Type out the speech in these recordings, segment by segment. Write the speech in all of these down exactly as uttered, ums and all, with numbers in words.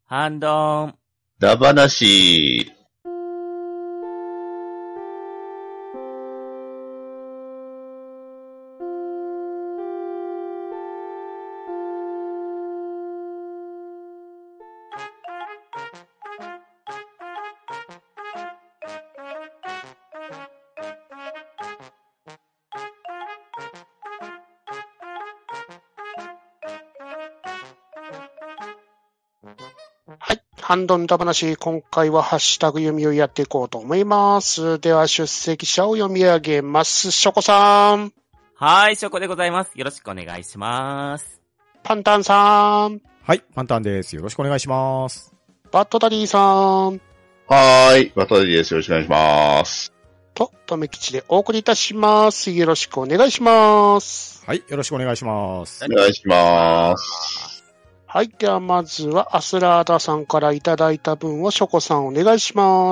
ハンドーン。 ダバナシ。 ハンドンダ話、今回はハッシュタグ読みをやっていこうと思います。では出席者を読み上げます。ショコさん。 はい、ショコでございます。よろしくお願いします。 パンタンさん。 はい、パンタンです。よろしくお願いします。 バットダディさん。 はーい、バットダディです。よろしくお願いします。 と、とめきちでお送りいたします。よろしくお願いします。 はい、よろしくお願いします。 お願いします。 はい。では、まずは、アスラーダさんからいただいた分を、ショコさんお願いします。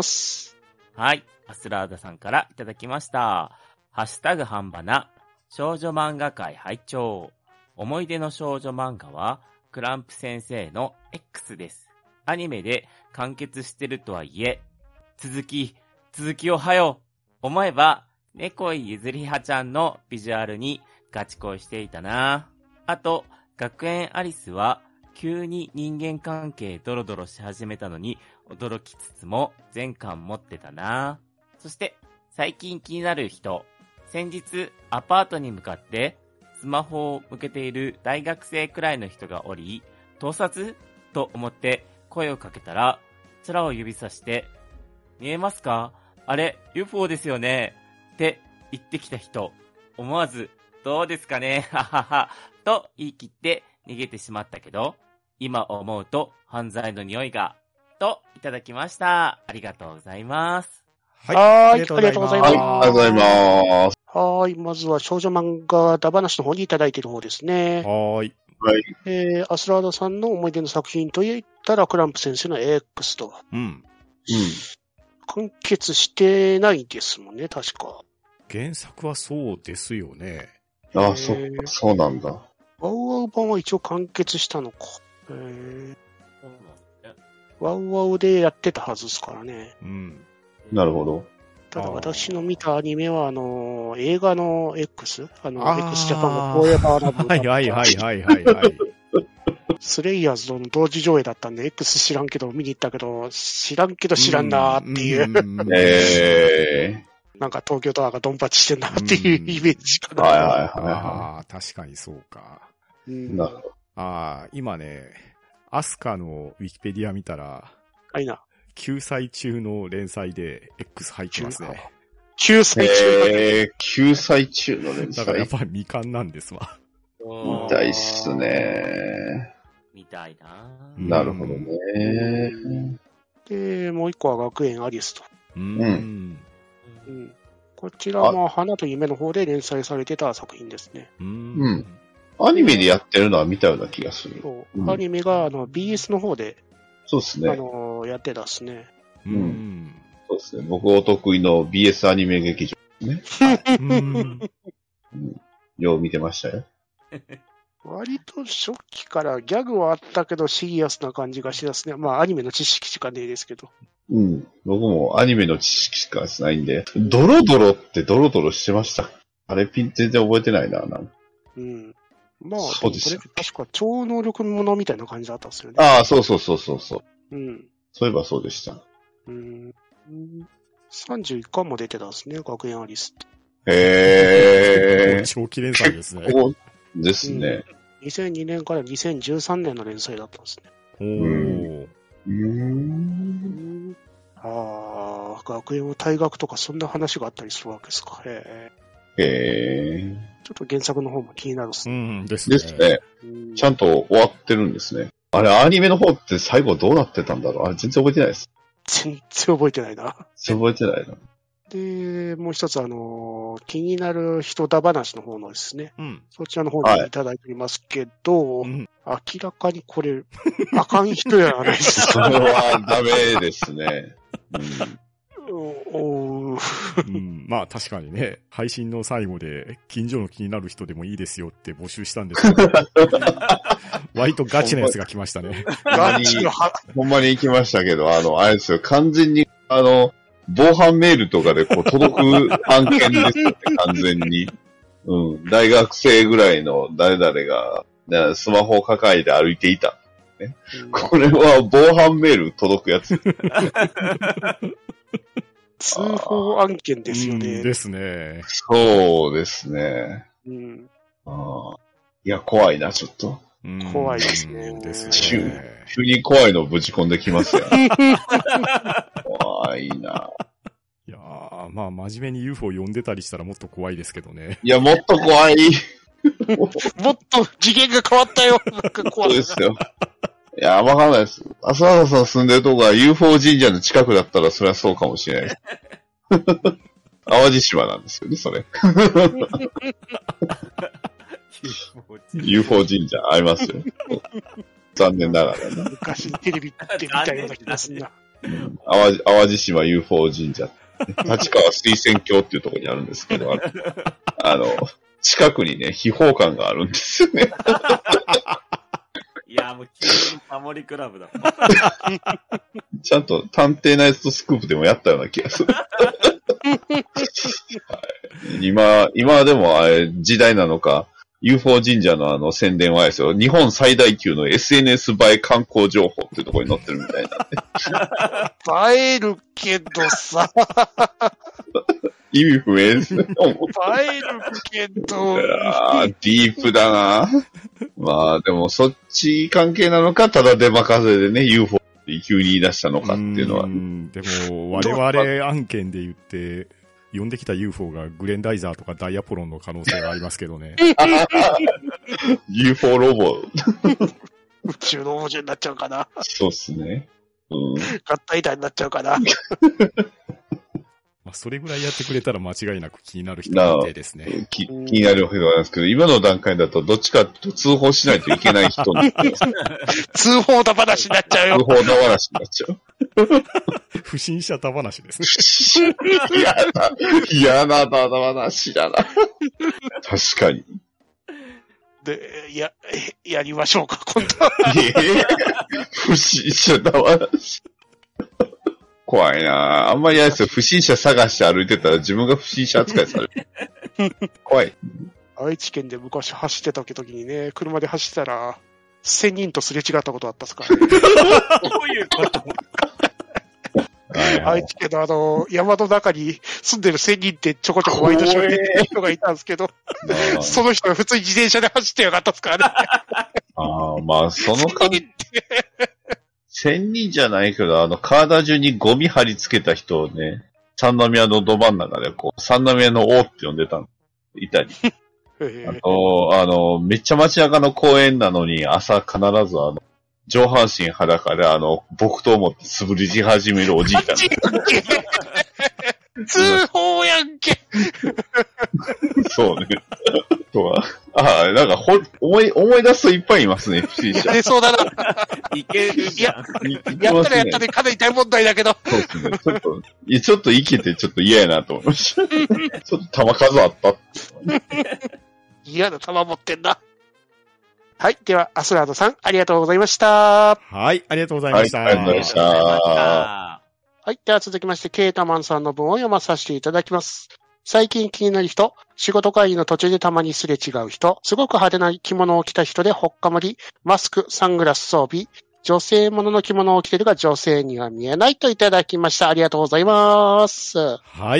はい。アスラーダさんからいただきました。ハッシュタグ半ばな、少女漫画界拝聴。思い出の少女漫画は、クランプ先生の X です。アニメで完結してるとはいえ、続き、続きをはよ、思えば、猫井ゆずりはちゃんのビジュアルにガチ恋していたな。あと、学園アリスは、急に人間関係ドロドロし始めたのに驚きつつも全巻持ってたな。そして最近気になる人、先日アパートに向かってスマホを向けている大学生くらいの人がおり、盗撮と思って声をかけたら空を指さして見えますか？あれ ユーフォー ですよねって言ってきた人、思わずどうですかねはははと言い切って逃げてしまったけど、今思うと犯罪の匂いが、といただきました。ありがとうございます。 はい。はいありがとうございます。 はい、ありがとうございます。 はい。まずは少女漫画ダ話の方にいただいている方ですね。 はい。 はい。 えー、アスラーダさんの思い出の作品と言ったら、クランプ先生の X と。 うん。うん。 完結してないですもんね、確か。 原作はそうですよね。 ああ、そ、そうなんだ。 ワウワウ版は一応完結したのか。へーワウワウでやってたはずですからね。 うん。 なるほど。 ただ私の見たアニメは、あの、映画の X? あの、 あー X ジャパンがフォーエバーラブ。 はいはいはいはいはいはい。 スレイヤーズの同時上映だったんで、X 知らんけど見に行ったけど、知らんけど知らんなーっていう。 うん、 えー、なんか東京タワーがドンパチしてんなっていうイメージかな。 はいはいはい、はい。 ああ、確かにそうか。 うん、 なるほど。 ああ、今ね、アスカのウィキペディア見たら、 はいな。 きゅうさい中の連載で X 入ってますね。 きゅうさい中えー、きゅうさい中の連載。 だからやっぱり未完なんですわ。 見たいっすね。 見たいな。 なるほどね。 で、もう一個は学園アリスと。 うん。 うん、こちらも花と夢の方で連載されてた作品ですね。 うん。 うんアニメでやってるのは見たような気がする。 そう、うん、アニメがあの ビーエス の方で、 そうですね。 あのー、やってたっすね。 うん。 そうですね。僕お得意の ビーエス アニメ劇場ですね。 うん、 よう見てましたよ。 割と初期からギャグはあったけどシリアスな感じがしますね。まあアニメの知識しかねえですけど。 うん。僕もアニメの知識しかないんで、ドロドロってドロドロしてました。あれピン全然覚えてないな。なんうん。まあ、 そうです。 これ確か超能力ものみたいな感じだったんですよね。 ああ、そうそうそうそうそう。 うん。 そういえばそうでした。 うん。さんじゅういっかんも出てたんですね、学園アリスって。 へー。 長期連載ですね。 そうですね、 うん。にせんにねんからにせんじゅうさんねんの連載だったんですね。 おー。 うーん。 ああ、学園を退学とかそんな話があったりするわけですか。へえ。へー。 ちょっと原作の方も気になるっすね。うんですね。ですね。ちゃんと終わってるんですね。あれ、アニメの方って最後どうなってたんだろうあれ、全然覚えてないです。 全然覚えてないな。 全然覚えてないな。 で、もう一つ、あのー、気になる人だ話の方のですね。 うん。 そちらの方にいただいておりますけど、はい、明らかにこれ、あかん人やないですか。 それはダメですね。 うん、 おうん、まあ確かにね、配信の最後で近所の気になる人でもいいですよって募集したんですけど、割とガチなやつが来ましたね。 ガチのは、 ほんまに行きましたけど、あの、あれですよ、完全に、あの、防犯メールとかでこう届く案件ですよね、完全に。うん。大学生ぐらいの誰々が、ね、スマホを抱えて歩いていた。ね、うん、これは防犯メール届くやつ。 通報案件ですよね。 ですね。 そうですね。 うん、 あいや、怖いな、ちょっと。 怖いですね。 ですね。急に怖いのぶち込んできますよ。怖いな。 いやー、まあ真面目に ユーフォー 呼んでたりしたらもっと怖いですけどね。 いや、もっと怖い。 もっと次元が変わったよ。なんか怖い。 そうですよ。いや、わかんないです。浅田さん住んでるとこが ユーフォー 神社の近くだったらそれはそうかもしれないです。淡路島なんですよね、それ。ユーフォー 神社ありますよ。残念ながらね。 昔テレビって見たような気がするな。 淡路、淡路島 ユーフォー 神社。立川水仙峡っていうところにあるんですけど、あの、近くにね、秘宝館があるんですよね。 いや、もう急にタモリクラブだもん。 ちゃんと探偵ナイトスクープでもやったような気がする。はい、今、今でもあれ時代なのか、ユーフォー 神社のあの宣伝はですよ、日本最大級の エスエヌエス 映え観光情報っていうところに載ってるみたいなんで。 映えるけどさ。 意味不明ですね。 映えるけど。 あディープだな。まあでもそっち関係なのか、ただ出任せでね、ユーフォー って急に言い出したのかっていうのは。 うんでも、我々案件で言って、呼んできた ユーフォー がグレンダイザーとかダイアポロンの可能性がありますけどね。 ユーフォー ロボ。 宇宙の王者になっちゃうかな。 そうっすね。うん。 合体体になっちゃうかな。 まあそれぐらいやってくれたら間違いなく気になる人がいてですね。 気になるわけではないですけど、今の段階だとどっちかと通報しないといけない人に通報だ話になっちゃうよ。 通報だ話になっちゃう。 不審者だ話ですね。嫌な、嫌なだ話だな。確かに。 で、や、やりましょうか、今度は。 不審者だ話。怖いなぁ。あんまり嫌ですよ。不審者探して歩いてたら自分が不審者扱いされる。怖い。 愛知県で昔走ってた時にね、車で走ったら、千人とすれ違ったことあったっすからね。 どういうことはいはい、 愛知県のあの、山の中に住んでる千人ってちょこちょこワイドショーで出てる人がいたんですけど、その人が普通に自転車で走ってやがったっすからね。 ああ、まあ、その感じ。千人じゃないけど、あの、体中にゴミ貼り付けた人をね、三宮のど真ん中で、こう、三宮の王って呼んでたの、いたり。あと、あの、めっちゃ街中の公園なのに、朝必ずあの、上半身裸で、あの、木刀を持って素振りし始めるおじいちゃん。 通報やんけそうね。とは。ああ、なんかほ、思い、思い出すといっぱいいますね、不審者。 出そうだな。 いけるじゃん。 やったらやったでかなり大問題だけど。 そうですね。ちょっと、いちょっと生きてちょっと嫌やなと思いました。ちょっと弾数あった。 嫌な弾持ってんな。はい。では、アスラードさん、ありがとうございました。 はい、ありがとうございました。 はい、ありがとうございました。 はい。では続きまして、ケータマンさんの文を読まさせていただきます。最近気になる人、仕事会議の途中でたまにすれ違う人、すごく派手な着物を着た人でほっかむり、マスク、サングラス装備、女性ものの着物を着てるが女性には見えないといただきました。ありがとうございます。 はい、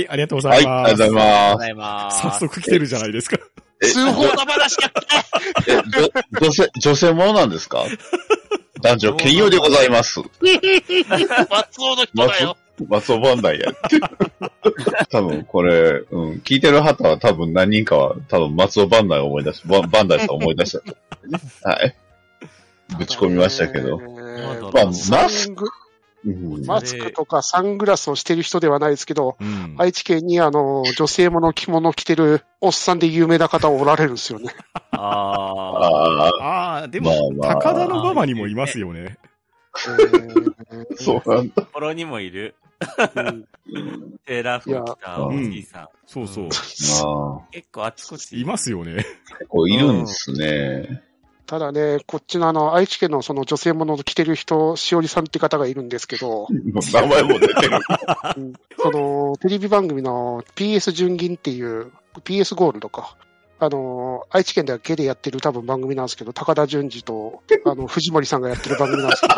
ありがとうございます。 はい、ありがとうございます。 早速来てるじゃないですか。 通報の話やったえ、女性、女性ものなんですか？男女兼用でございます。 松尾の人だよ。 松尾バンダイやって。多分これ、うん、聞いてる方は多分何人かは多分松尾バンダイを思い出し、バンダイさんを思い出したと、ね。はい。ぶち込みましたけど。まあ、マスク、 うん、マスクとかサングラスをしてる人ではないですけど、 うん、 愛知県にあの、女性もの着物を着てるおっさんで有名な方おられるんですよね。 ああ。 ああ、でも、まあまあ、高田の馬場にもいますよね。 そうなんだ。 ところにもいる。 うん、 セーラー服着たおじいさん。 そうそう。 あ結構あちこちいますよね。 結構いるんですね。 ただね、こっちのあの、愛知県のその女性ものを着てる人、しおりさんって方がいるんですけど、 名前も出てる。 うん、その、テレビ番組の ピーエス 純銀っていう、ピーエス ゴールドか。あの、愛知県ではゲでやってる多分番組なんですけど、高田純次と、あの、藤森さんがやってる番組なんですけど、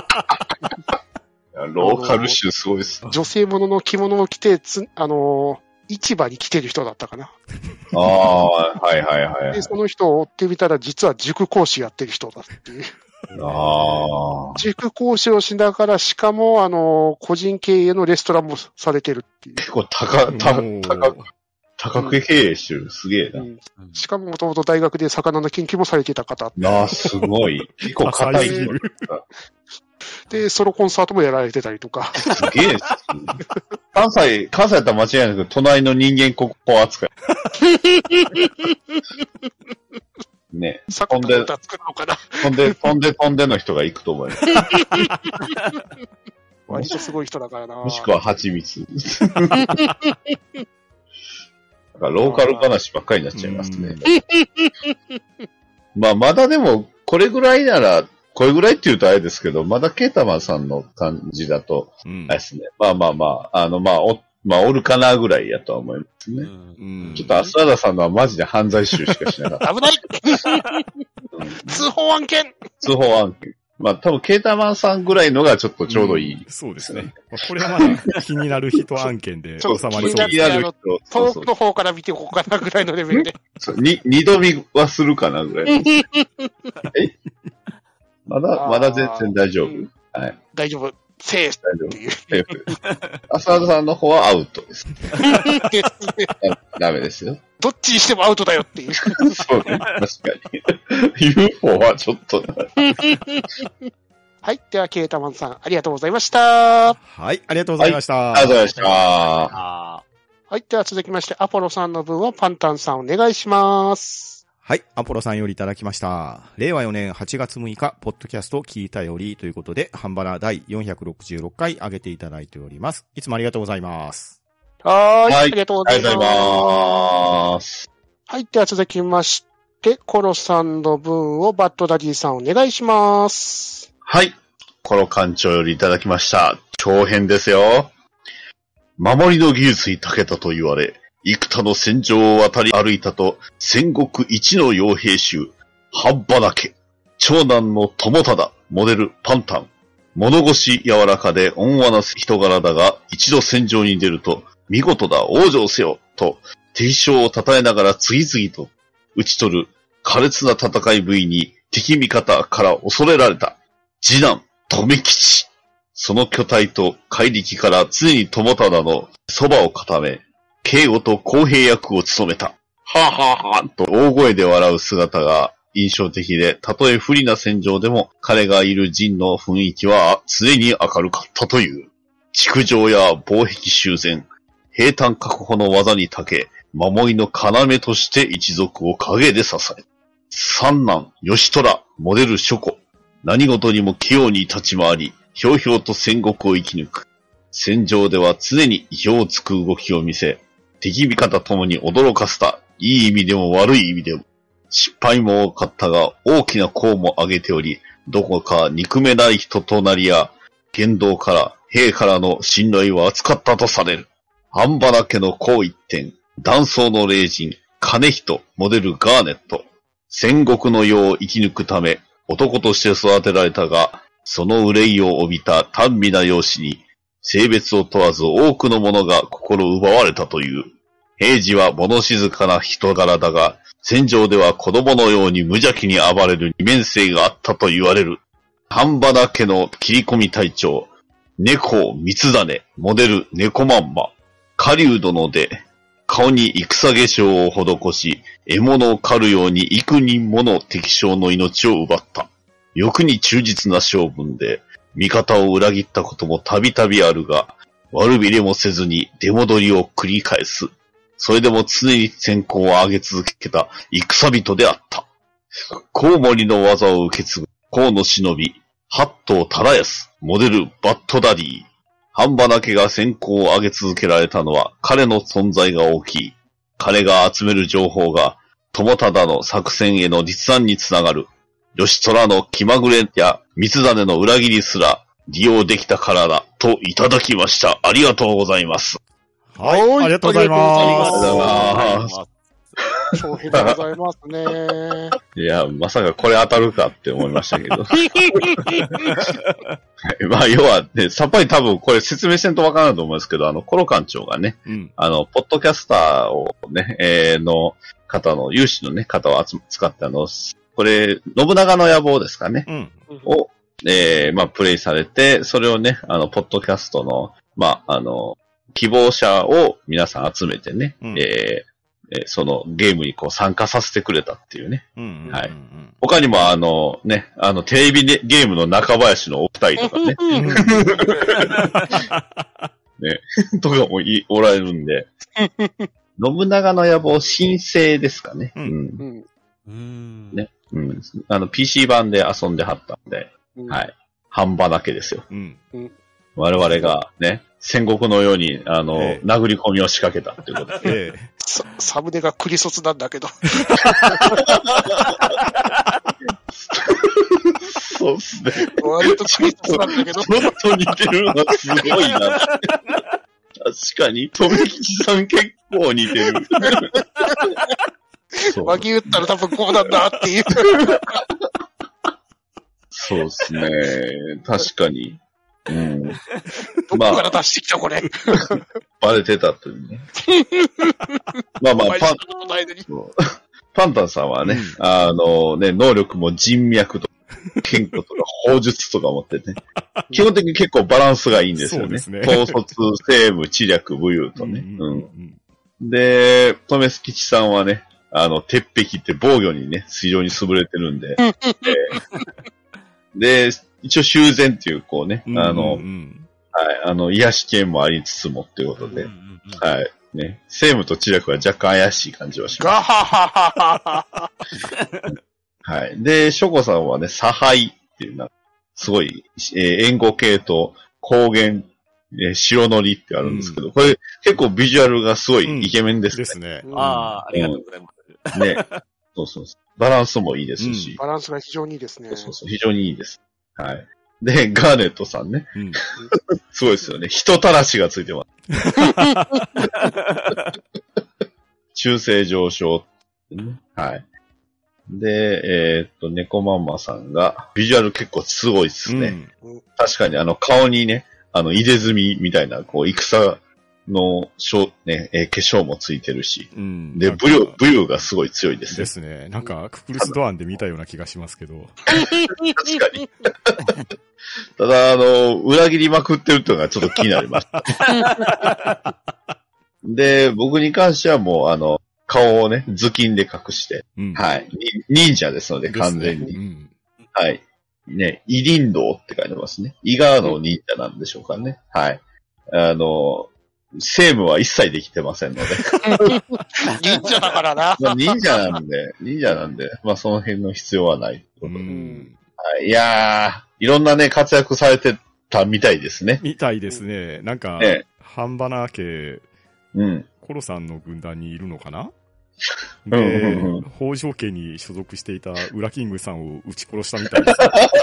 ローカル集すごいっす。 女性ものの着物を着て、つ、あの、市場に来てる人だったかな。 ああ、はいはいはい。 で、その人を追ってみたら、実は塾講師やってる人だっていう。 ああ。 塾講師をしながら、しかも、あの、個人経営のレストランもされてるっていう。 結構高、高、高く、高く経営してる。すげえな。 うん、しかも、もともと大学で魚の研究もされていた方。 ああ、すごい。結構硬い人。 で、ソロコンサートもやられてたりとか。 すげえっす。関西、関西だったら間違いなく、隣の人間国宝扱い。ね。 飛んで、飛んで、飛んで、飛んでの人が行くと思います。 割とすごい人だからな。 もしくは蜂蜜。なんかローカル話ばっかりになっちゃいますね。まあ、まだでも、これぐらいなら、これぐらいって言うとあれですけど、まだケータマンさんの感じだと、うん、あれですね。まあまあまあ、あの、まあ、お、まあ、おるかなぐらいやとは思いますね。うん、ちょっと、アスラダさんのはマジで犯罪集しかしなかった。 危ない、うん、通報案件通報案件。まあ、多分、ケータマンさんぐらいのがちょっとちょうどいい。うん、 そうですね。まあ、これはまだ気になる人案件で収まりそうです。 気になる人。遠くの方から見ておこうかなぐらいのレベルで。 に、二度見はするかなぐらい。えまだ、まだ全然大丈夫。うん、はい。 大丈夫。セーフっていう。セーフ。 浅田さんの方はアウトです。ダメですよ。 どっちにしてもアウトだよっていう。 そうね。確かに。ユーフォー はちょっと。 はい。では、ケータマンさん、ありがとうございました。 はい。ありがとうございました。はい、 ありがとうございました。 はい。では、続きまして、アポロさんの分をパンタンさんお願いします。 はい。アポロさんよりいただきました。れいわよねんはちがつむいか、ポッドキャスト聞いたよりということで、ハンバナだいよんひゃくろくじゅうろっかい上げていただいております。いつもありがとうございます。 はーい。はい、ありがとうございます。 ありがとうございます。 はい。では続きまして、コロさんの分をバッドダディさんお願いします。 はい。コロ館長よりいただきました。長編ですよ。守りの技術に長けたと言われ、幾多の戦場を渡り歩いたと、戦国一の傭兵衆、半端なけ。長男の友忠、モデル、パンタン。物腰柔らかで温和な人柄だが、一度戦場に出ると、見事だ、往生せよ、と、敵将を称えながら次々と討ち取る、苛烈な戦いぶりに、敵味方から恐れられた。次男、留吉。その巨体と怪力から常に友忠のそばを固め、警護と公平役を務めた。はぁはぁはぁと大声で笑う姿が印象的で、たとえ不利な戦場でも彼がいる陣の雰囲気は常に明るかったという。築城や防壁修繕、兵站確保の技に長け、守りの要として一族を陰で支え。三男、義虎、モデル諸子。何事にも器用に立ち回り、ひょうひょうと戦国を生き抜く。戦場では常に意表をつく動きを見せ、敵味方ともに驚かせた。いい意味でも悪い意味でも。失敗も多かったが、大きな功も挙げており、どこか憎めない人となりや、言動から、兵からの信頼は厚かったとされる。半端な家の功一点、断層の霊人、金人、モデルガーネット。戦国の世を生き抜くため、男として育てられたが、その憂いを帯びた短美な容姿に、性別を問わず多くの者が心奪われたという。平時は物静かな人柄だが、戦場では子供のように無邪気に暴れる二面性があったと言われる。半端な家の切り込み隊長、猫三つ種、モデル猫まんま、狩人で、顔に戦化粧を施し、獲物を狩るように幾人もの敵将の命を奪った。欲に忠実な性分で、味方を裏切ったこともたびたびあるが、悪びれもせずに出戻りを繰り返す。それでも常に戦功を上げ続けた戦人であった。コウモリの技を受け継ぐ河野忍び、 八頭忠康、モデルバッドダディ。半端な家が先行を上げ続けられたのは彼の存在が大きい。彼が集める情報が友忠の作戦への立案につながる。義虎の気まぐれや三種の裏切りすら利用できたからだといただきました。ありがとうございます。 はい。ありがとうございます。 ありがとうございます。 商品でございますね。 いや、まさかこれ当たるかって思いましたけど。まあ、要はね、さっぱり多分これ説明せんとわからないと思うんですけど、あの、コロ館長がね、うん、あの、ポッドキャスターをね、えー、の方の、有志のね、方を使ってあの、これ、信長の野望ですかね、うん、を、えー、まあ、プレイされて、それをね、あの、ポッドキャストの、まあ、あの、希望者を皆さん集めてね、うん、えーえー、そのゲームにこう参加させてくれたっていうね。うんうんうんうん、はい。他にもあのね、あのテレビでゲームの中林のお二人とかね。ね、とかもいおられるんで。信長の野望新生ですかね。うん。うん。ね。うん。あの ピーシー 版で遊んではったんで、うん、はい。半端なけですよ。うん。我々がね、戦国のように、あの、ええ、殴り込みを仕掛けたっていうことで。ええ、 サ, サムネがクリソツなんだけど。 そうっすね。 割とクリソツなんだけど。 ちょっと似てるのがすごいな。確かに、とめきちさん結構似てる。 和牛打ったら多分こうなんだっていう。 そうっすね。確かに。うん。どこから出してきた、これ。 バレてたというね。まあまあ、パン、パンタンさんはね、うん、あのね、能力も人脈とか、剣骨とか、砲術とか持ってね、基本的に結構バランスがいいんですよね。そうですね。統率、政務、知略、武勇とね。うん。で、トメスキチさんはね、あの、鉄壁って防御にね、非常に優れてるんで、えー、で、一応修繕っていう、こうね、あの、うんうん、はい、あの、癒し系もありつつもっていうことで、うんうんうん、はい、ね、政務と知略は若干怪しい感じはします。ガハハハハはい。で、ショコさんはね、差配っていうな、すごい、えー、援護系と高原、えー、白のりってあるんですけど、うん、これ結構ビジュアルがすごいイケメンですね。うん、ですね。 ああ、ありがとうございます。 ね。そうそうそう。バランスもいいですし、うん。 バランスが非常にいいですね。 そうそうそう、非常にいいです。はい。で、ガーネットさんね。うん、すごいですよね。人たらしがついてます。中性上昇、ね。はい。で、えー、っと、猫マンマさんが、ビジュアル結構すごいですね。うん、確かにあの顔にね、あの、入れ墨みたいな、こう、戦の、しょね、えー、化粧もついてるし。うん、で、武勇、武勇がすごい強いですね。 ですね。なんか、ククルスドアンで見たような気がしますけど。 確かに。ただ、あの、裏切りまくってるっていうのがちょっと気になりました。で、僕に関してはもう、あの、顔をね、頭巾で隠して、うん、はい。忍者ですので、完全に。うん、はい。ね、イリンドウって書いてますね。伊賀の忍者なんでしょうかね。うん、はい。あの、政務は一切できてませんので。 忍者だからな。 まあ忍者なんで、忍者なんで、まあその辺の必要はないってことで。うんはい、いやー、いろんなね、活躍されてたみたいですね。 みたいですね。なんか、ね、半端な家、うん。コロさんの軍団にいるのかなで、うんうんうん、北条家に所属していたウラキングさんを撃ち殺したみたいです。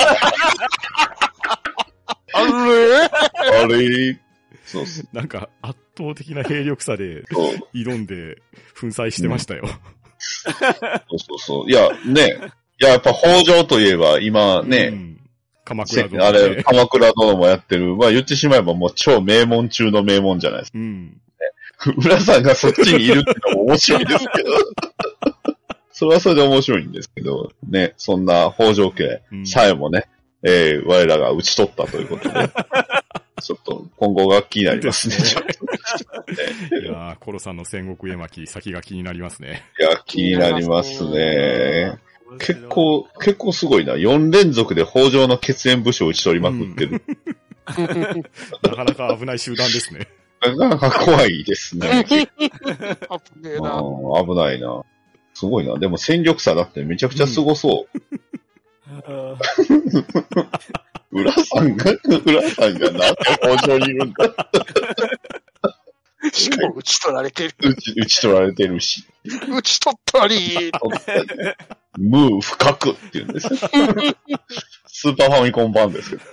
あれあれそうそうなんか圧倒的な兵力差で挑んで粉砕してましたよ。うん、 そうそうそう。いや、ね。いや、やっぱ北条といえば今ね、うん、 鎌倉殿、 ね。あれ、鎌倉殿もやってる。まあ言ってしまえばもう超名門中の名門じゃないですか。うん。浦さんがそっちにいるってのも面白いですけど。それはそれで面白いんですけど、ね、そんな北条家さえもね、うん、えー、我らが討ち取ったということで。ちょっと今後が気になりますね。すねいやー、コロさんの戦国絵巻、先が気になりますね。 いや、気になりますね。結構、結構すごいな。よん連続で北条の血縁武将を打ち取りまくってる。 うん、なかなか危ない集団ですね。 なかなか怖いですね。 危ねえな。 危ないな。すごいな。でも戦力差だってめちゃくちゃすごそう。 浦さんが、浦さんがなんで北条にいるんだ。 しかも、打ち取られてる。 打ち、打ち取られてるし。 打ち取ったり。 ムー深くって言うんですよ。スーパーファミコン版ですけど。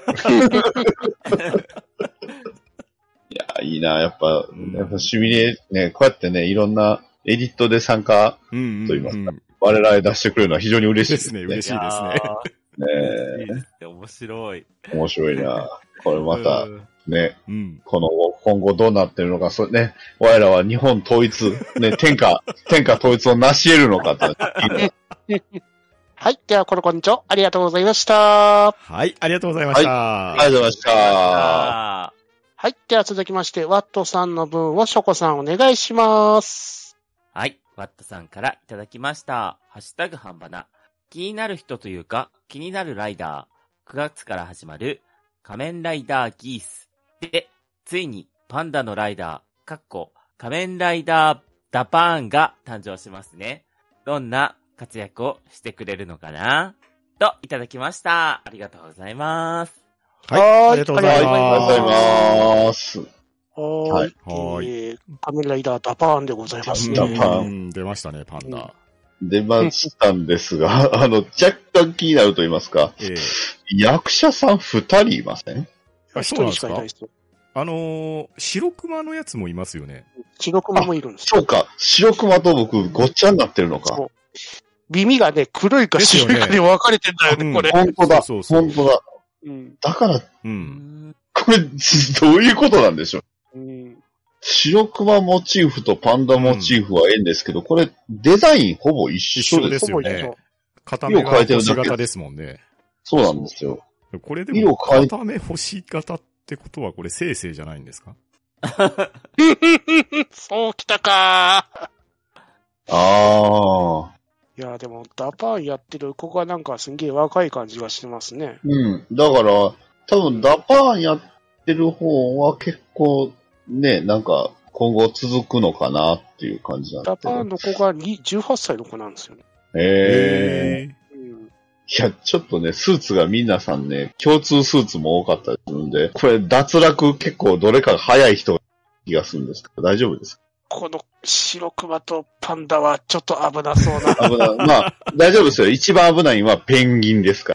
いや、いいな、やっぱ、やっぱシミュレー、ね、こうやってね、いろんんなエディットで参加と言いますか、うんうんうん、我々出してくれるのは非常に嬉しいですね。 嬉しいですね。 ねえ。いいですね、面白い。 面白いな。これまた、ね、うん、この今後どうなってるのか、それね、我らは日本統一、ね、天下、天下統一を成し得るのかと。 はい。では、コロコンチョ、ありがとうございました。 はい、ありがとうございました。 はい、ありがとうございました。 はい。では続きまして、ワットさんの分をショコさんお願いします。 はい。ワットさんからいただきました。ハッシュタグ半ばな。気になる人というか、気になるライダー。くがつから始まる仮面ライダーギース。で、ついにパンダのライダー、かっこ仮面ライダーダパーンが誕生しますね。どんな活躍をしてくれるのかなといただきました。ありがとうございます。 はい、ありがとうございます。 ありがとうございます。 はい。はい。えー、仮面ライダーダパーンでございますね。 ダパーン。 出ましたね、パンダ。 出ましたんですが、あの、若干気になると言いますか、えー、役者さん二人いません？ あ、そうなんですか？あのー、白熊のやつもいますよね。 白熊もいるんですよ。そうか。白熊と僕、ごっちゃになってるのか。 耳がね、黒いか白いかで分かれてんだよね、これ。 本当だ。そうそうそう本当だ。うん、だから、うん、これ、どういうことなんでしょう、うん、白熊モチーフとパンダモチーフはええんですけど、うん、これ、デザインほぼ一緒ですよね。片目が星型ですもんね。 そうなんですよ。 これでも、片目星型ってことは、これ、生成じゃないんですか？ そうきたかー。 ああ。 いや、でも、ダパーンやってる子がなんかすんげえ若い感じがしてますね。 うん。だから、多分ダパーンやってる方は結構、ね、なんか、今後続くのかなっていう感じなんですダパーンの子がじゅうはっさいの子なんですよね。 へえー。うん、いや、ちょっとね、スーツが皆さんね、共通スーツも多かったりするんで、これ脱落結構どれかが早い人が気がするんですけど、大丈夫ですか？ この白熊とパンダはちょっと危なそうな。 危ない。まあ、大丈夫ですよ。一番危ないのはペンギンですから。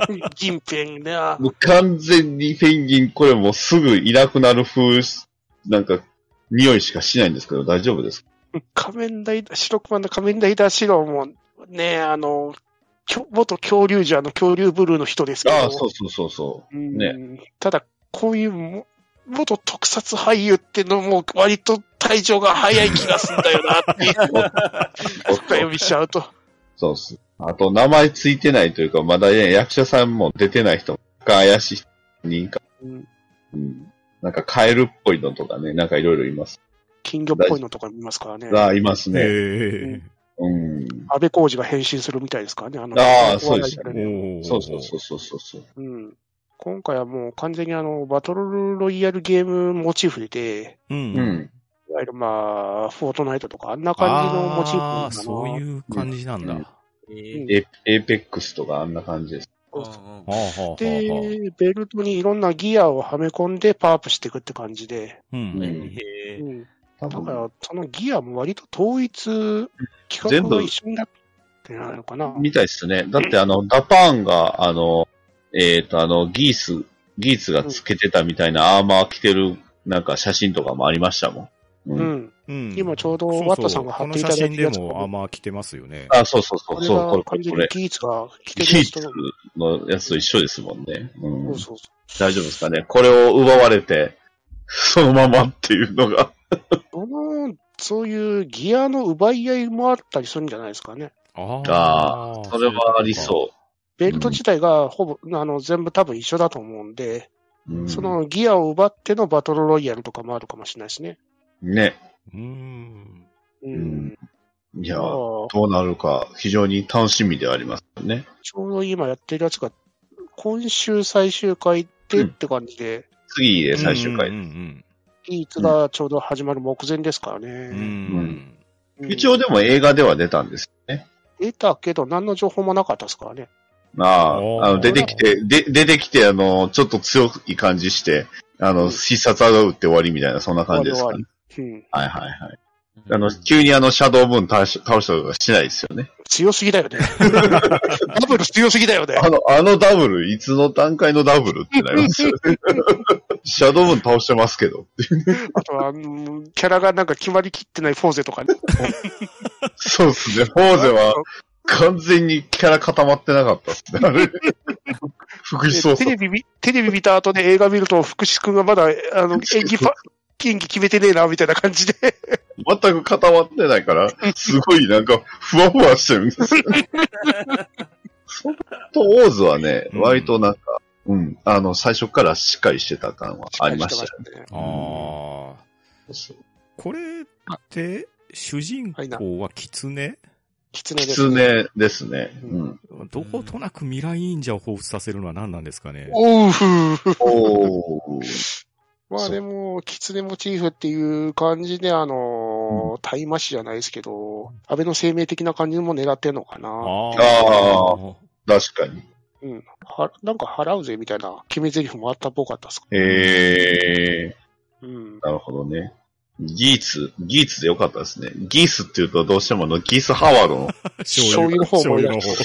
銀ペンね。 もう完全にペンギン、これもうすぐいなくなる風、なんか、匂いしかしないんですけど、大丈夫ですか？ 仮面ライダー、白熊の仮面ライダー白も、ね、あの、元恐竜じゃの恐竜ブルーの人ですけど。 ああ、そうそうそうそう。ね。 ただ、こういうも、元特撮俳優ってのも割と退場が早い気がするんだよなっていうのを深読みしちゃうと。 そうっす。あと名前ついてないというか、まだ、ね、役者さんも出てない人が怪しい人か、うんうん。なんかカエルっぽいのとかね、なんかいろいろいます。 金魚っぽいのとかいますからね。 ああ、いますね。 うんうん、安倍浩二が変身するみたいですからね。あのああ、そうですね。そうそうそうそうそう。 うん今回はもう完全にあの、バトルロイヤルゲームモチーフで、うん。いわゆるまあ、フォートナイトとかあんな感じのモチーフああ、そういう感じなんだ。うん、 エーペックスとかあんな感じです。 で、ベルトにいろんなギアをはめ込んでパワーアップしていくって感じで。うん。うん、だから、そのギアも割と統一、企画が一緒になってないのかな。 みたいですね。だってあの、ダパーンが、あの、えっ、ー、と、あの、ギース、ギースがつけてたみたいなアーマー着てる、なんか写真とかもありましたもん。うん。うん、今ちょうどワットさんが貼っていただいてるやつ。 この写真でもアーマー着てますよね。 あ、そうそうそう。そう、 これ、これ、これ。ギースが着てるやつ。ギースのやつと一緒ですもんね。うん。 そうそうそう。 大丈夫ですかね。これを奪われて、そのままっていうのが。 その、そういうギアの奪い合いもあったりするんじゃないですかね。 ああ。それはありそう。 ベルト自体がほぼ、うん、あの、全部多分一緒だと思うんで、うん、そのギアを奪ってのバトルロイヤルとかもあるかもしれないですね。 ね。うん。うん。いや、どうなるか非常に楽しみではありますよね。 ちょうど今やってるやつが、今週最終回でって感じで。うん、 次で最終回。うんうんうん、 いつがちょうど始まる目前ですからね。 うんうん、一応でも映画では出たんですよね。 出たけど何の情報もなかったですからね。 ああ、あの、出てきて、で、出てきて、あの、ちょっと強い感じして、あの、必殺技を打って終わりみたいな、そんな感じですかね。うん、はいはいはい。あの、急にあの、シャドウムーン倒し、倒したとかしないですよね。 強すぎだよね。ダブル強すぎだよね。 あの、あのダブル、いつの段階のダブルってなりますよね。シャドウムーン倒してますけど。 あとは、あの、キャラがなんか決まりきってないフォーゼとかね。 そうですね、フォーゼは、完全にキャラ固まってなかったっすね、あれ。福士操作。 テレビ見、テレビ見た後で映画見ると、福士くんがまだ、あの、演技パ、演技決めてねえな、みたいな感じで。 全く固まってないから、すごいなんか、ふわふわしてるんですよ。そっと、オーズはね、割となんか、うん、あの、最初からしっかりしてた感はありましたよね。 ああ。これって、主人公はキツネ？ キツネですね。キツネですね。うん。 どことなく未来忍者を彷彿させるのは何なんですかね。 おーおーまあでも、キツネモチーフっていう感じで、あの、タイマシじゃないですけど、安倍の生命的な感じも狙ってんのかな。 ああ、確かに。 うん。は、なんか払うぜみたいな決め台詞もあったっぽかったですか。 へえ。 うん。 なるほどね。ギーツ、ギーツでよかったですね。ギースって言うとどうしてもあのギースハワードの醤油の方もいらっしゃる。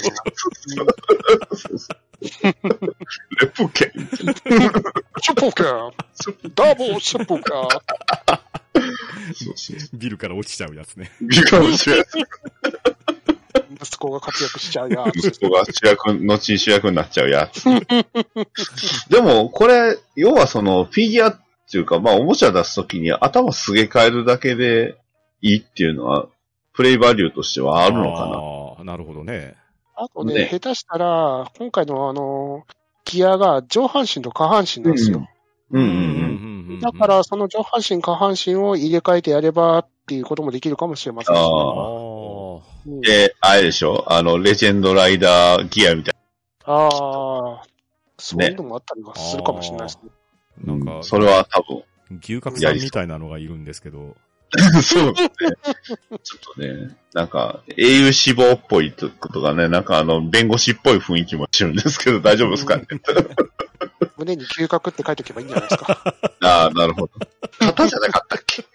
レプケン。 シュポケン。ダブルシュポケン。 そうそうビルから落ちちゃうやつね。 ビルから落ちちゃうやつ。 息子が活躍しちゃうやつ。息子が主役、後に主役になっちゃうやつ。でも、これ、要はその、フィギュアっていうか、まあ、おもちゃ出すときに頭すげ替えるだけでいいっていうのは、プレイバリューとしてはあるのかな。 ああ、なるほどね。 あとね、ね下手したら、今回のあの、ギアが上半身と下半身なんですよ。 うんうんうんうん。 だから、その上半身、下半身を入れ替えてやればっていうこともできるかもしれませんし、ね。 ああ。で、あれでしょあの、レジェンドライダーギアみたいな。ああ。そういうのもあったりはするかもしれないですね。 なんか、 それは多分。 牛角さんみたいなのがいるんですけど。 そうですね。ちょっとね、なんか、英雄志望っぽいことがね、なんかあの、弁護士っぽい雰囲気もしてるんですけど、大丈夫ですかね。 胸に牛角って書いておけばいいんじゃないですか。 ああ、なるほど。型じゃなかったっけ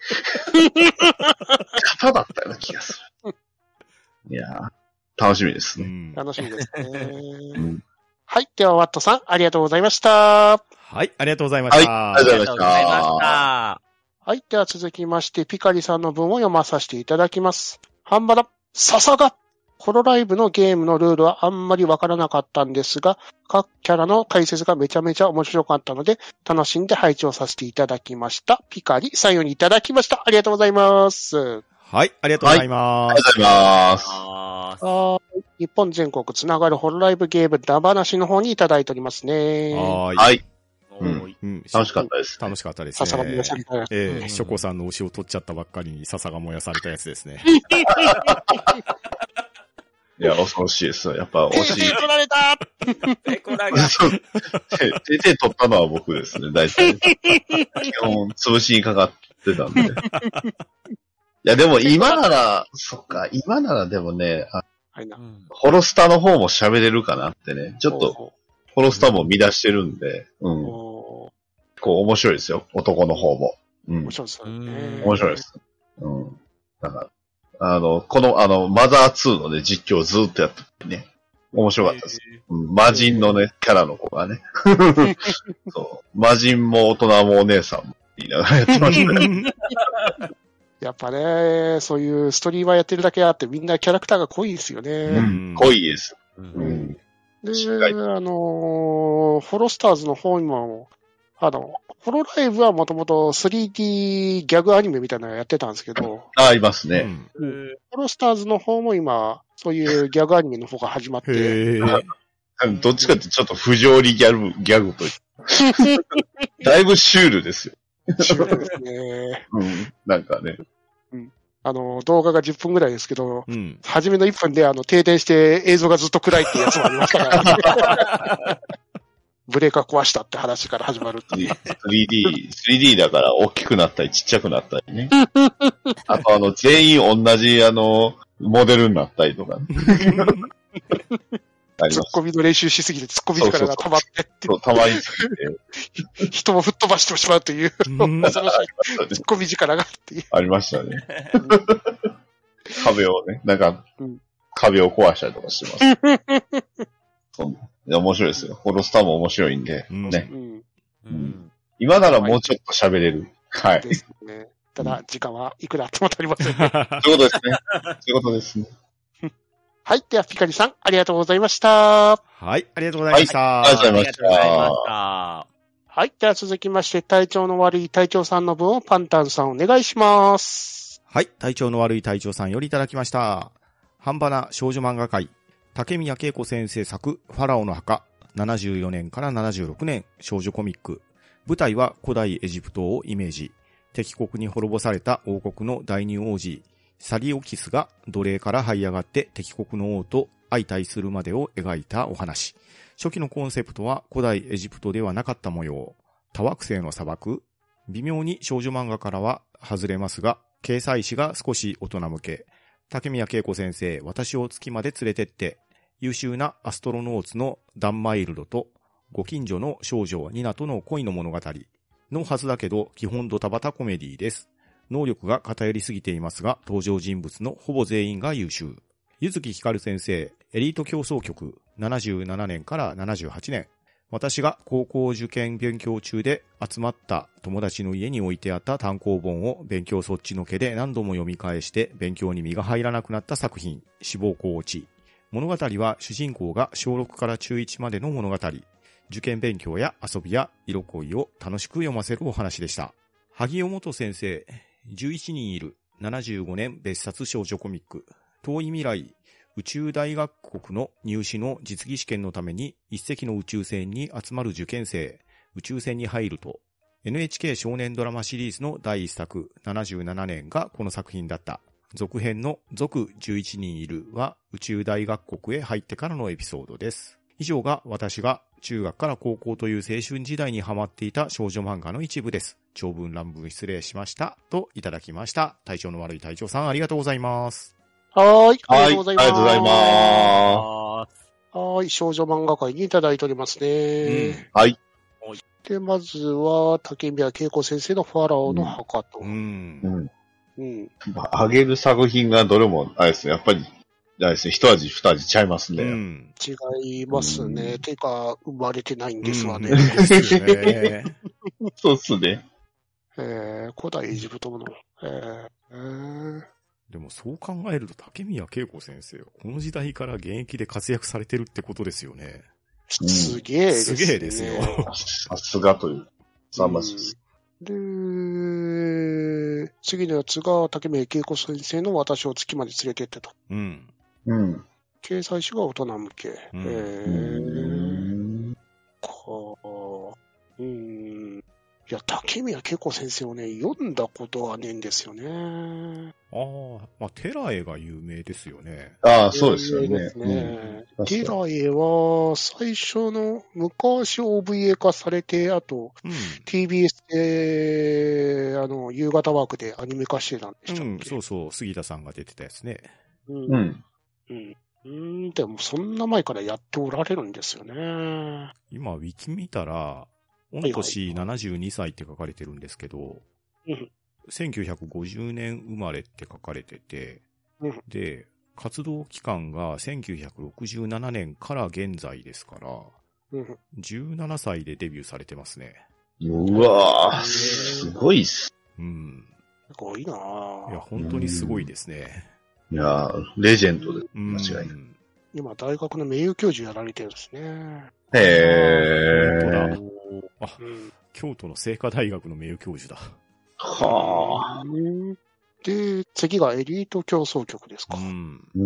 型だったような気がする。いやー、楽しみですね。うん、 楽しみですね。うん、はい。では、ワットさん、ありがとうございました。 はい、ありがとうございました。 はい、ありがとうございました。 はい。では続きまして、ピカリさんの文を読まさせていただきます。ハンバラ、笹が。ホロライブのゲームのルールはあんまりわからなかったんですが、各キャラの解説がめちゃめちゃ面白かったので、楽しんで拝聴させていただきました。ピカリ、最後にいただきました。ありがとうございます。 はい、ありがとうございます。 はい、ありがとうございます。 あ日本全国つながるホロライブゲームダ話の方にいただいておりますね。 はい。はいうんうん、楽しかったです。 楽しかったですね。 笹が燃やされたやつ。 ええー、ショコさんの推しを取っちゃったばっかりに笹が燃やされたやつですね。 いや、恐ろしいです。やっぱ推し。 手取られた手こらが。 手、手取ったのは僕ですね、大体。基本、潰しにかかってたんで。いや、でも今なら、そっか、今ならでもね、あはいなホロスタの方も喋れるかなってね、ちょっと、ホロスタも見出してるんで、うん。こう面白いですよ、男の方も。うん。 面白いですね。 面白いです。うん。だから、あの、この、あの、マザーツーのね、実況をずーっとやっててね、面白かったです。うん、魔人のね、キャラの子がね。そう。魔人も大人もお姉さんも言いながらやってましたね。 やっぱね、そういうストーリーはやってるだけあって、みんなキャラクターが濃いですよね。 うん、濃いです。うん。うんで、あのー、ホロスターズの方にも、あの、ホロライブはもともと スリーディー ギャグアニメみたいなのやってたんですけど。 あ、ありますね、 うん。ホロスターズの方も今、そういうギャグアニメの方が始まって。 どっちかってちょっと不条理ギャグ、ギャグと。だいぶシュールですよ。 シュールですね。 うん。なんかね。 うんあの、動画がじゅっぷんぐらいですけど、 うん、 初めのいっぷんであの停電して映像がずっと暗いっていうやつもありましたから、ブレーカー壊したって話から始まるっていう。 スリーディー、スリーディー だから大きくなったりちっちゃくなったりね。あとあの、全員同じあの、モデルになったりとか、ね。 ツッコミの練習しすぎて、ツッコミ力が溜まってって。 そう、溜まりすぎて。人を吹っ飛ばしてしまうという、恐ろしいツッコミ力がっていう。 ありましたね。壁をね、なんか、うん、壁を壊したりとかしてます。そういや面白いですよ。ホロスターも面白いんで、うん、ね、うんうん。今ならもうちょっと喋れる。はい。ですね。ただ、時間はいくらあっても足りませんね。 そういうことですね。そういうことですね。 はい。では、ピカリさん、ありがとうございました。 はい。ありがとうございました。 はい、ありがとうございました。 はい。では、続きまして、体調の悪い隊長さんの分をパンタンさんお願いします。 はい。体調の悪い隊長さんよりいただきました。半ばな少女漫画界。竹宮恵子先生作、ファラオの墓。ななじゅうよねんからななじゅうろくねん、少女コミック。舞台は古代エジプトをイメージ。敵国に滅ぼされた王国の第二王子。サリオキスが奴隷から這い上がって敵国の王と相対するまでを描いたお話。初期のコンセプトは古代エジプトではなかった模様。多惑星の砂漠。微妙に少女漫画からは外れますが、掲載誌が少し大人向け。竹宮恵子先生、私を月まで連れてって。優秀なアストロノーツのダンマイルドとご近所の少女ニナとの恋の物語のはずだけど、基本ドタバタコメディです。能力が偏りすぎていますが、登場人物のほぼ全員が優秀。柚木ひかる先生、エリート競争局、ななじゅうななねんからななじゅうはちねん。私が高校受験勉強中で集まった友達の家に置いてあった単行本を勉強そっちのけで何度も読み返して勉強に身が入らなくなった作品、志望校落ち。物語は主人公が小ろくから中いちまでの物語。受験勉強や遊びや色恋を楽しく読ませるお話でした。萩尾元先生、じゅういちにんいるななじゅうごねん別冊少女コミック。遠い未来、宇宙大学国の入試の実技試験のために一隻の宇宙船に集まる受験生。宇宙船に入ると、エヌエイチケー 少年ドラマシリーズの第一作ななじゅうななねんがこの作品だった。続編の続じゅういちにんいるは宇宙大学国へ入ってからのエピソードです。以上が私が中学から高校という青春時代にハマっていた少女漫画の一部です。長文乱文失礼しましたといただきました。体調の悪い隊長さんありがとうございます。 はい、ありがとうございます。 はい、ありがとうございます。 はい、少女漫画界にいただいておりますね。うん、 はい。 で、まずは竹宮恵子先生のファラオの墓と。 うん。うんうん。あげる作品がどれも、あれですね、やっぱり、あれですね、一味二味ちゃいますね。うん、 違いますね。うん、ていうか、生まれてないんですわね。 うん、ですねそうっすね。 えー、古代エジプトもの。えーえー、 でもそう考えると竹宮恵子先生、この時代から現役で活躍されてるってことですよね。 すげえですね。 すげえですよ。 さすがという。さまじです。 で、次のやつが竹宮恵子先生の私を月まで連れてってと。 うん。 うん。 掲載誌が大人向け。うん、えー。かうん。いや、竹宮恵子先生をね、読んだことはねえんですよね。 ああ、まあ、テラエが有名ですよね。 ああ、そうですよね。 ですねうん、テラエは、最初の、昔 オーブイエー 化されて、あと、うん、ティービーエス で、あの、夕方ワークでアニメ化してたんでしたっけ、うん、 そうそう、杉田さんが出てたやつね。 うん。うん。うんうん、でも、そんな前からやっておられるんですよね。 今、ウィキ見たら、御年ななじゅうにさいって書かれてるんですけど、 はいはい、 せんきゅうひゃくごじゅうねん生まれって書かれてて、 うん、 で、活動期間がせんきゅうひゃくろくじゅうななねんから現在ですから、 うん、 じゅうななさいでデビューされてますね。 うわぁ、すごいっす。 うん。 すごいなぁ。 いや、本当にすごいですね。 いやー、レジェンドで、間違いない。 今、大学の名誉教授やられてるんですね。 へー。 本当だ。あ、うん、京都の清華大学の名誉教授だ。 はあ。 で、次がエリート競争局ですか。 うん。 うん。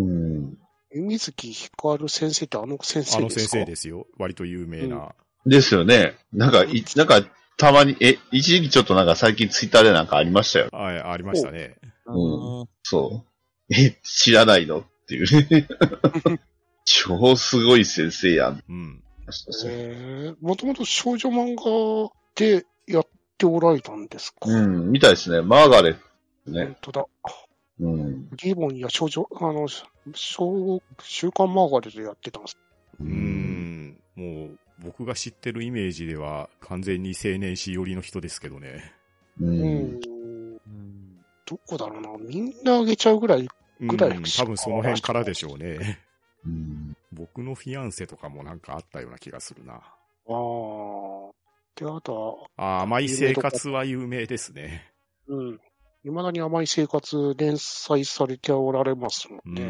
水木ひかる先生ってあの先生ですか？ あの先生ですよ。割と有名な。 うん、ですよね。なんか、い、なんか、たまに、え、一時期ちょっとなんか最近ツイッターでなんかありましたよ。 はい、ありましたね。 うん。そう。え、知らないのっていうね。超すごい先生やん。 うん。 えー、もともと少女漫画でやっておられたんですか？ うん、みたいですね。マーガレットね。 本当だ。 うん。 リボンや少女、あの、小週刊マーガレットでやってたんです。 うーん。もう、僕が知ってるイメージでは完全に青年誌寄りの人ですけどね。 うん。うんどこだろうな。みんなあげちゃうぐらい、ぐらい、 うん。多分その辺からでしょうね。うん、僕のフィアンセとかもなんかあったような気がするな。ああ。で、あとは。ああ、甘い生活は有名ですね。 うん。未だに甘い生活連載されておられますもんね。うん。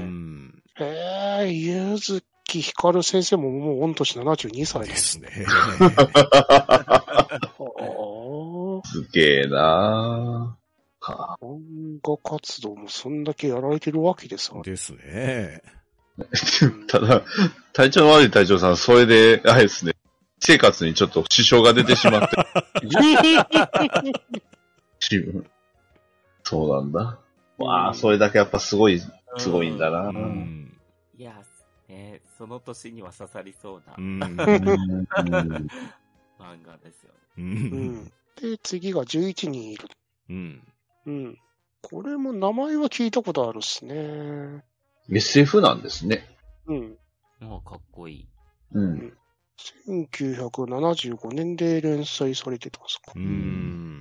へえ、ゆずきひかる先生ももう御年ななじゅうにさいですね。 すげえなぁ。漫画活動もそんだけやられてるわけですわ。 ですね。 ただ、体調の悪い隊長さん、それで、あれですね、生活にちょっと支障が出てしまって。そうなんだ。わあ、それだけやっぱすごい、すごいんだな。うん、 いや、ね、その年には刺さりそうな、うん、 漫画ですよ。 うん、で、次がじゅういちにんいる。うん。うん。これも名前は聞いたことあるっすね。 エスエフ なんですね。 うん。 もうかっこいい。 うん。 せんきゅうひゃくななじゅうごねんで連載されてたんですか。 うん。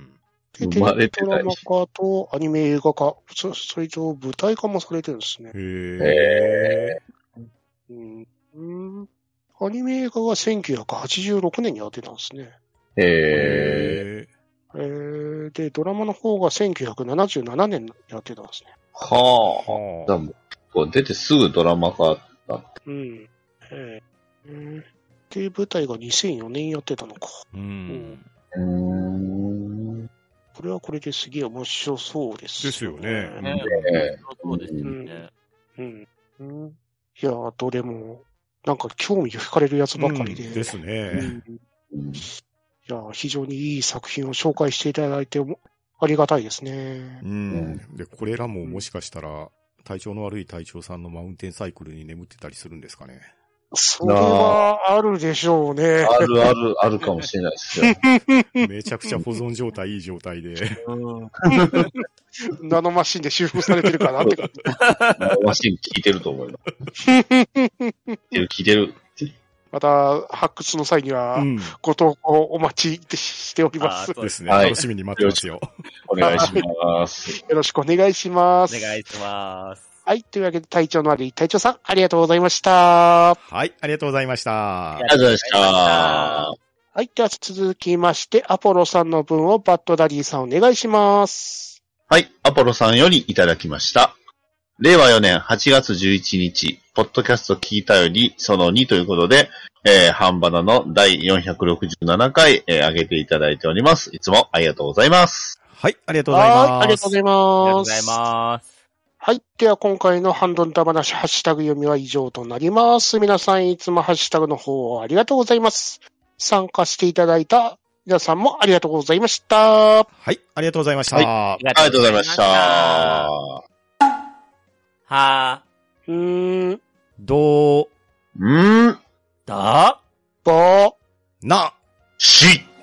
で、テレビドラマ化とアニメ映画化、そ, それと舞台化もされてるんですね。 へー。うん。うん。アニメ映画がせんきゅうひゃくはちじゅうろくねんにやってたんですね。 へー。 えー、で、ドラマの方がせんきゅうひゃくななじゅうななねんにやってたんですね。 はあ。だ出てすぐドラマ化だって。 うん。えー、で、舞台がにせんよねんやってたのか。 うん。 うん。 これはこれですげえ面白そうです、 ね。ですよね。 ねそうですよね。 うん。うん。いや、どれも、なんか興味を惹かれるやつばかりで。 うん、ですね。 うんいや、非常にいい作品を紹介していただいて、ありがたいですね。 うん。で、これらももしかしたら、体調の悪い隊長さんのマウンテンサイクルに眠ってたりするんですかね。 それはあるでしょうね。 あるある、あるかもしれないですよ。 めちゃくちゃ保存状態いい状態で。 ナノマシンで修復されてるかなって感じ。 ナノマシン聞いてると思います。聞いてる、聞いてる。 また、発掘の際には、ご投稿お待ちしております。 そうですね。楽しみに待ってますよ。 お願いします。 よろしくお願いします。 お願いします。 はい。というわけで、隊長の悪い隊長さん、ありがとうございました。 はい。ありがとうございました。 ありがとうございました。はい。では、続きまして、アポロさんの分をバッドダディさんお願いします。 はい。アポロさんよりいただきました。れいわよねんはちがつじゅういちにち、ポッドキャスト聞いたよりそのにということで、えー、ハンバナのだいよんひゃくろくじゅうななかい、えー、上げていただいております。いつもありがとうございます。 はい、ありがとうございます。 はい、ありがとうございます。 ありがとうございます。 はい。では、今回のハンドンダ話、ハッシュタグ読みは以上となります。皆さん、いつもハッシュタグの方ありがとうございます。参加していただいた皆さんもありがとうございました。 はい、ありがとうございました。はい、 ありがとうございました。 はー。うーん。 どうーん。 だぼな。 し。